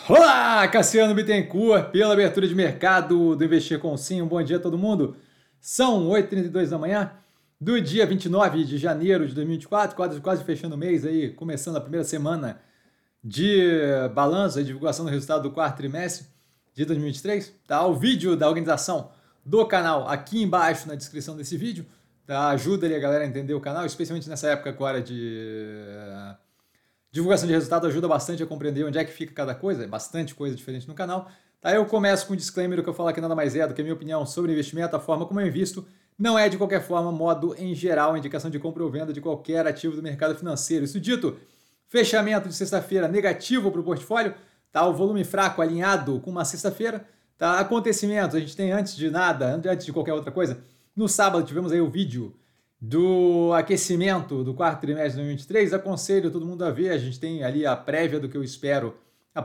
Olá, Cassiano Bittencourt, pela abertura de mercado do Investir com Sim. Um bom dia a todo mundo. São 8h32 da manhã do dia 29 de janeiro de 2024, quase fechando o mês aí, começando a primeira semana de balanço e divulgação do resultado do quarto trimestre de 2023. Tá? O vídeo da organização do canal aqui embaixo na descrição desse vídeo. Tá? Ajuda ali a galera a entender o canal, especialmente nessa época agora de divulgação de resultado, ajuda bastante a compreender onde é que fica cada coisa, é bastante coisa diferente no canal. Tá? Eu começo com um disclaimer, o que eu falo aqui nada mais é do que a minha opinião sobre investimento, a forma como eu invisto, não é de qualquer forma, modo em geral, indicação de compra ou venda de qualquer ativo do mercado financeiro. Isso dito, fechamento de sexta-feira negativo para o portfólio, tá? O volume fraco alinhado com uma sexta-feira. Tá? Acontecimentos, a gente tem antes de nada, antes de qualquer outra coisa, no sábado tivemos aí o vídeo do aquecimento do quarto trimestre de 2023, aconselho todo mundo a ver, a gente tem ali a prévia do que eu espero,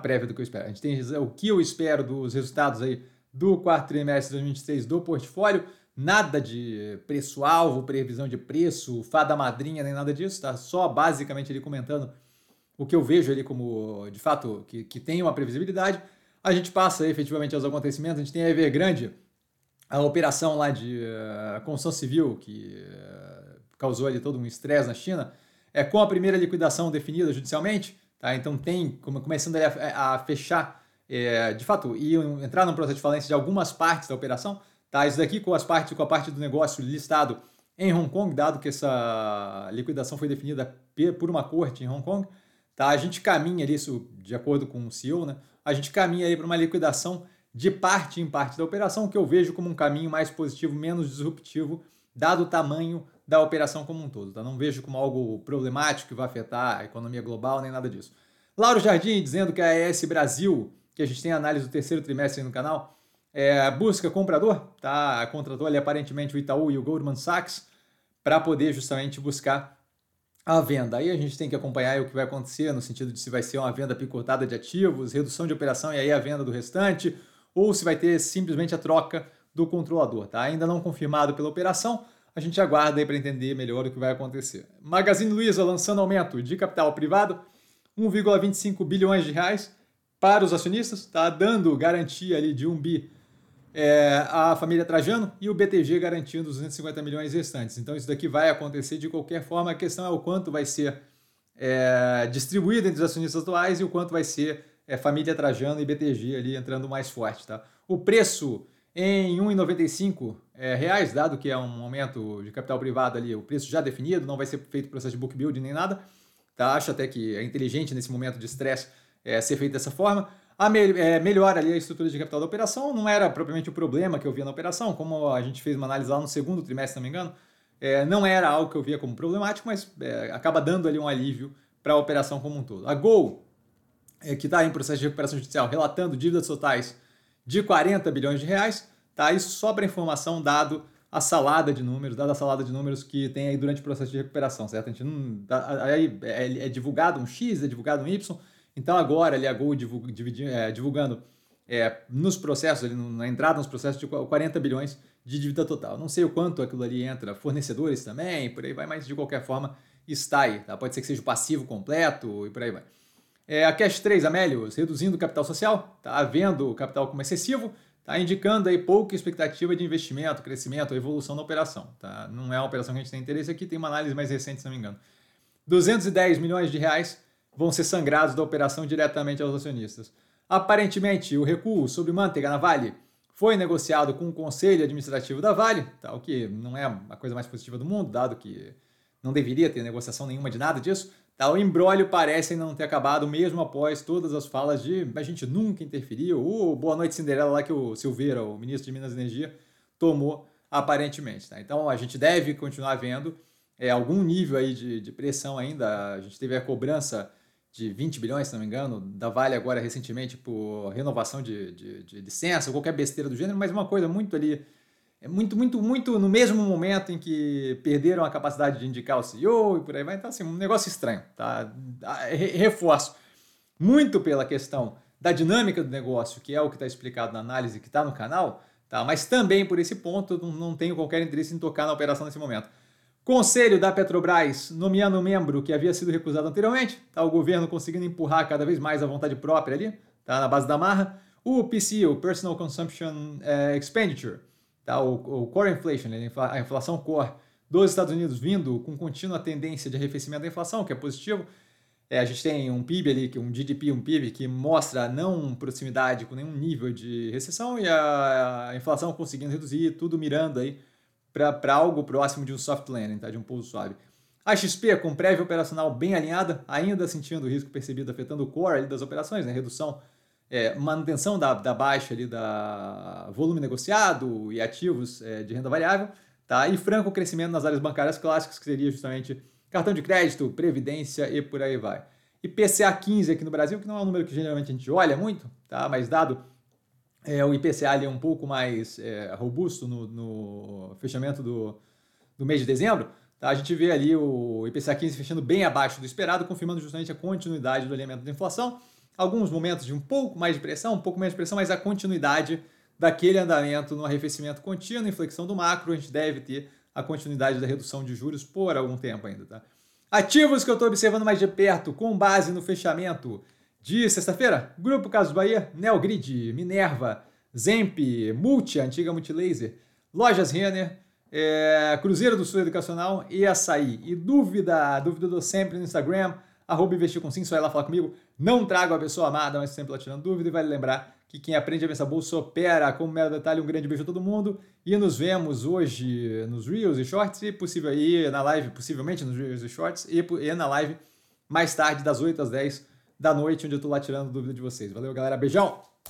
a gente tem o que eu espero dos resultados aí do quarto trimestre de 2023 do portfólio, nada de preço-alvo, previsão de preço, fada madrinha, nem nada disso, tá? Só basicamente ali comentando o que eu vejo ali como, de fato, que tem uma previsibilidade. A gente passa aí, efetivamente aos acontecimentos, a gente tem a Evergrande, a operação lá de construção civil que causou ali todo um estresse na China, com a primeira liquidação definida judicialmente, tá? Então tem, começando a fechar, de fato, e entrar num processo de falência de algumas partes da operação, tá? Isso daqui com a parte do negócio listado em Hong Kong, dado que essa liquidação foi definida por uma corte em Hong Kong, tá? A gente caminha ali, isso de acordo com o CEO, né? A gente caminha aí para uma liquidação de parte em parte da operação, que eu vejo como um caminho mais positivo, menos disruptivo, dado o tamanho da operação como um todo. Tá? Não vejo como algo problemático que vai afetar a economia global, nem nada disso. Lauro Jardim dizendo que a AES Brasil, que a gente tem análise do terceiro trimestre aí no canal, busca comprador, tá? Contratou ali aparentemente o Itaú e o Goldman Sachs para poder justamente buscar a venda. Aí a gente tem que acompanhar o que vai acontecer, no sentido de se vai ser uma venda picotada de ativos, redução de operação e aí a venda do restante, ou se vai ter simplesmente a troca do controlador. Tá? Ainda não confirmado pela operação, a gente aguarda aí para entender melhor o que vai acontecer. Magazine Luiza lançando aumento de capital privado, 1,25 bilhões de reais para os acionistas, tá? Dando garantia ali de 1 bi à família Trajano e o BTG garantindo os 250 milhões restantes. Então isso daqui vai acontecer de qualquer forma, a questão é o quanto vai ser distribuído entre os acionistas atuais e o quanto vai ser família Trajano e BTG ali entrando mais forte. Tá? O preço em R$ 1,95, dado que é um aumento de capital privado ali, o preço já definido, não vai ser feito processo de book building nem nada. Tá? Acho até que é inteligente nesse momento de estresse ser feito dessa forma. Melhora ali a estrutura de capital da operação, não era propriamente o problema que eu via na operação, como a gente fez uma análise lá no segundo trimestre, se não me engano, não era algo que eu via como problemático, mas acaba dando ali um alívio para a operação como um todo. A Gol, que está em processo de recuperação judicial, relatando dívidas totais de 40 bilhões de reais, tá? Isso só para informação, dada a salada de números que tem aí durante o processo de recuperação, certo? A gente não, aí é divulgado um X, é divulgado um Y, então agora ali a Gol divulgando nos processos, ali, na entrada nos processos de 40 bilhões de dívida total. Não sei o quanto aquilo ali entra, fornecedores também, por aí vai, mas de qualquer forma está aí. Tá? Pode ser que seja o passivo completo e por aí vai. A Cash 3, Amélios, reduzindo o capital social, tá vendo o capital como excessivo, tá indicando aí pouca expectativa de investimento, crescimento, evolução da operação. Tá? Não é uma operação que a gente tem interesse aqui, tem uma análise mais recente, se não me engano. 210 milhões de reais vão ser sangrados da operação diretamente aos acionistas. Aparentemente, o recuo sobre manteiga na Vale foi negociado com o Conselho Administrativo da Vale, tá? O que não é a coisa mais positiva do mundo, dado que não deveria ter negociação nenhuma de nada disso. Tá? O imbróglio parece não ter acabado, mesmo após todas as falas de a gente nunca interferiu, o Boa Noite Cinderela lá que o Silveira, o ministro de Minas e Energia, tomou aparentemente. Tá? Então a gente deve continuar vendo algum nível aí de pressão ainda. A gente teve a cobrança de 20 bilhões, se não me engano, da Vale agora recentemente por renovação de licença, ou qualquer besteira do gênero, mas uma coisa muito ali, muito no mesmo momento em que perderam a capacidade de indicar o CEO e por aí vai. Então, assim, um negócio estranho, tá? Reforço, muito pela questão da dinâmica do negócio, que é o que está explicado na análise que está no canal, tá? Mas também por esse ponto não tenho qualquer interesse em tocar na operação nesse momento. Conselho da Petrobras nomeando um membro que havia sido recusado anteriormente, tá? O governo conseguindo empurrar cada vez mais a vontade própria ali, tá? Na base da marra. O PCE, o Personal Consumption Expenditure, tá? O Core Inflation, a inflação core dos Estados Unidos vindo com contínua tendência de arrefecimento da inflação, que é positivo. A gente tem um PIB ali, um GDP, um PIB, que mostra não proximidade com nenhum nível de recessão e a inflação conseguindo reduzir, tudo mirando aí para algo próximo de um soft landing, tá? De um pouso suave. A XP com prévia operacional bem alinhada, ainda sentindo o risco percebido afetando o core ali das operações, né? Redução, manutenção da baixa ali da volume negociado e ativos de renda variável, tá? E franco crescimento nas áreas bancárias clássicas, que seria justamente cartão de crédito, previdência e por aí vai. IPCA 15 aqui no Brasil, que não é um número que geralmente a gente olha muito, tá? Mas dado o IPCA ali um pouco mais robusto no fechamento do mês de dezembro, tá? A gente vê ali o IPCA 15 fechando bem abaixo do esperado, confirmando justamente a continuidade do alinhamento da inflação. Alguns momentos de um pouco mais de pressão, mas a continuidade daquele andamento no arrefecimento contínuo, inflexão do macro, a gente deve ter a continuidade da redução de juros por algum tempo ainda, tá? Ativos que eu estou observando mais de perto, com base no fechamento de sexta-feira: Grupo Casas Bahia, Neogrid, Minerva, Zemp, Multi, antiga Multilaser, Lojas Renner, Cruzeiro do Sul Educacional e Açaí. E dúvida do sempre no Instagram, @investircomsim, só ir lá falar comigo. Não trago a pessoa amada, mas sempre lá tirando dúvida, e vale lembrar que quem aprende a ver essa bolsa opera. Como mero detalhe, um grande beijo a todo mundo e nos vemos hoje nos Reels e Shorts e possível aí na live, possivelmente nos Reels e Shorts e na live mais tarde das 8 às 10 da noite, onde eu tô lá tirando dúvida de vocês. Valeu, galera, beijão!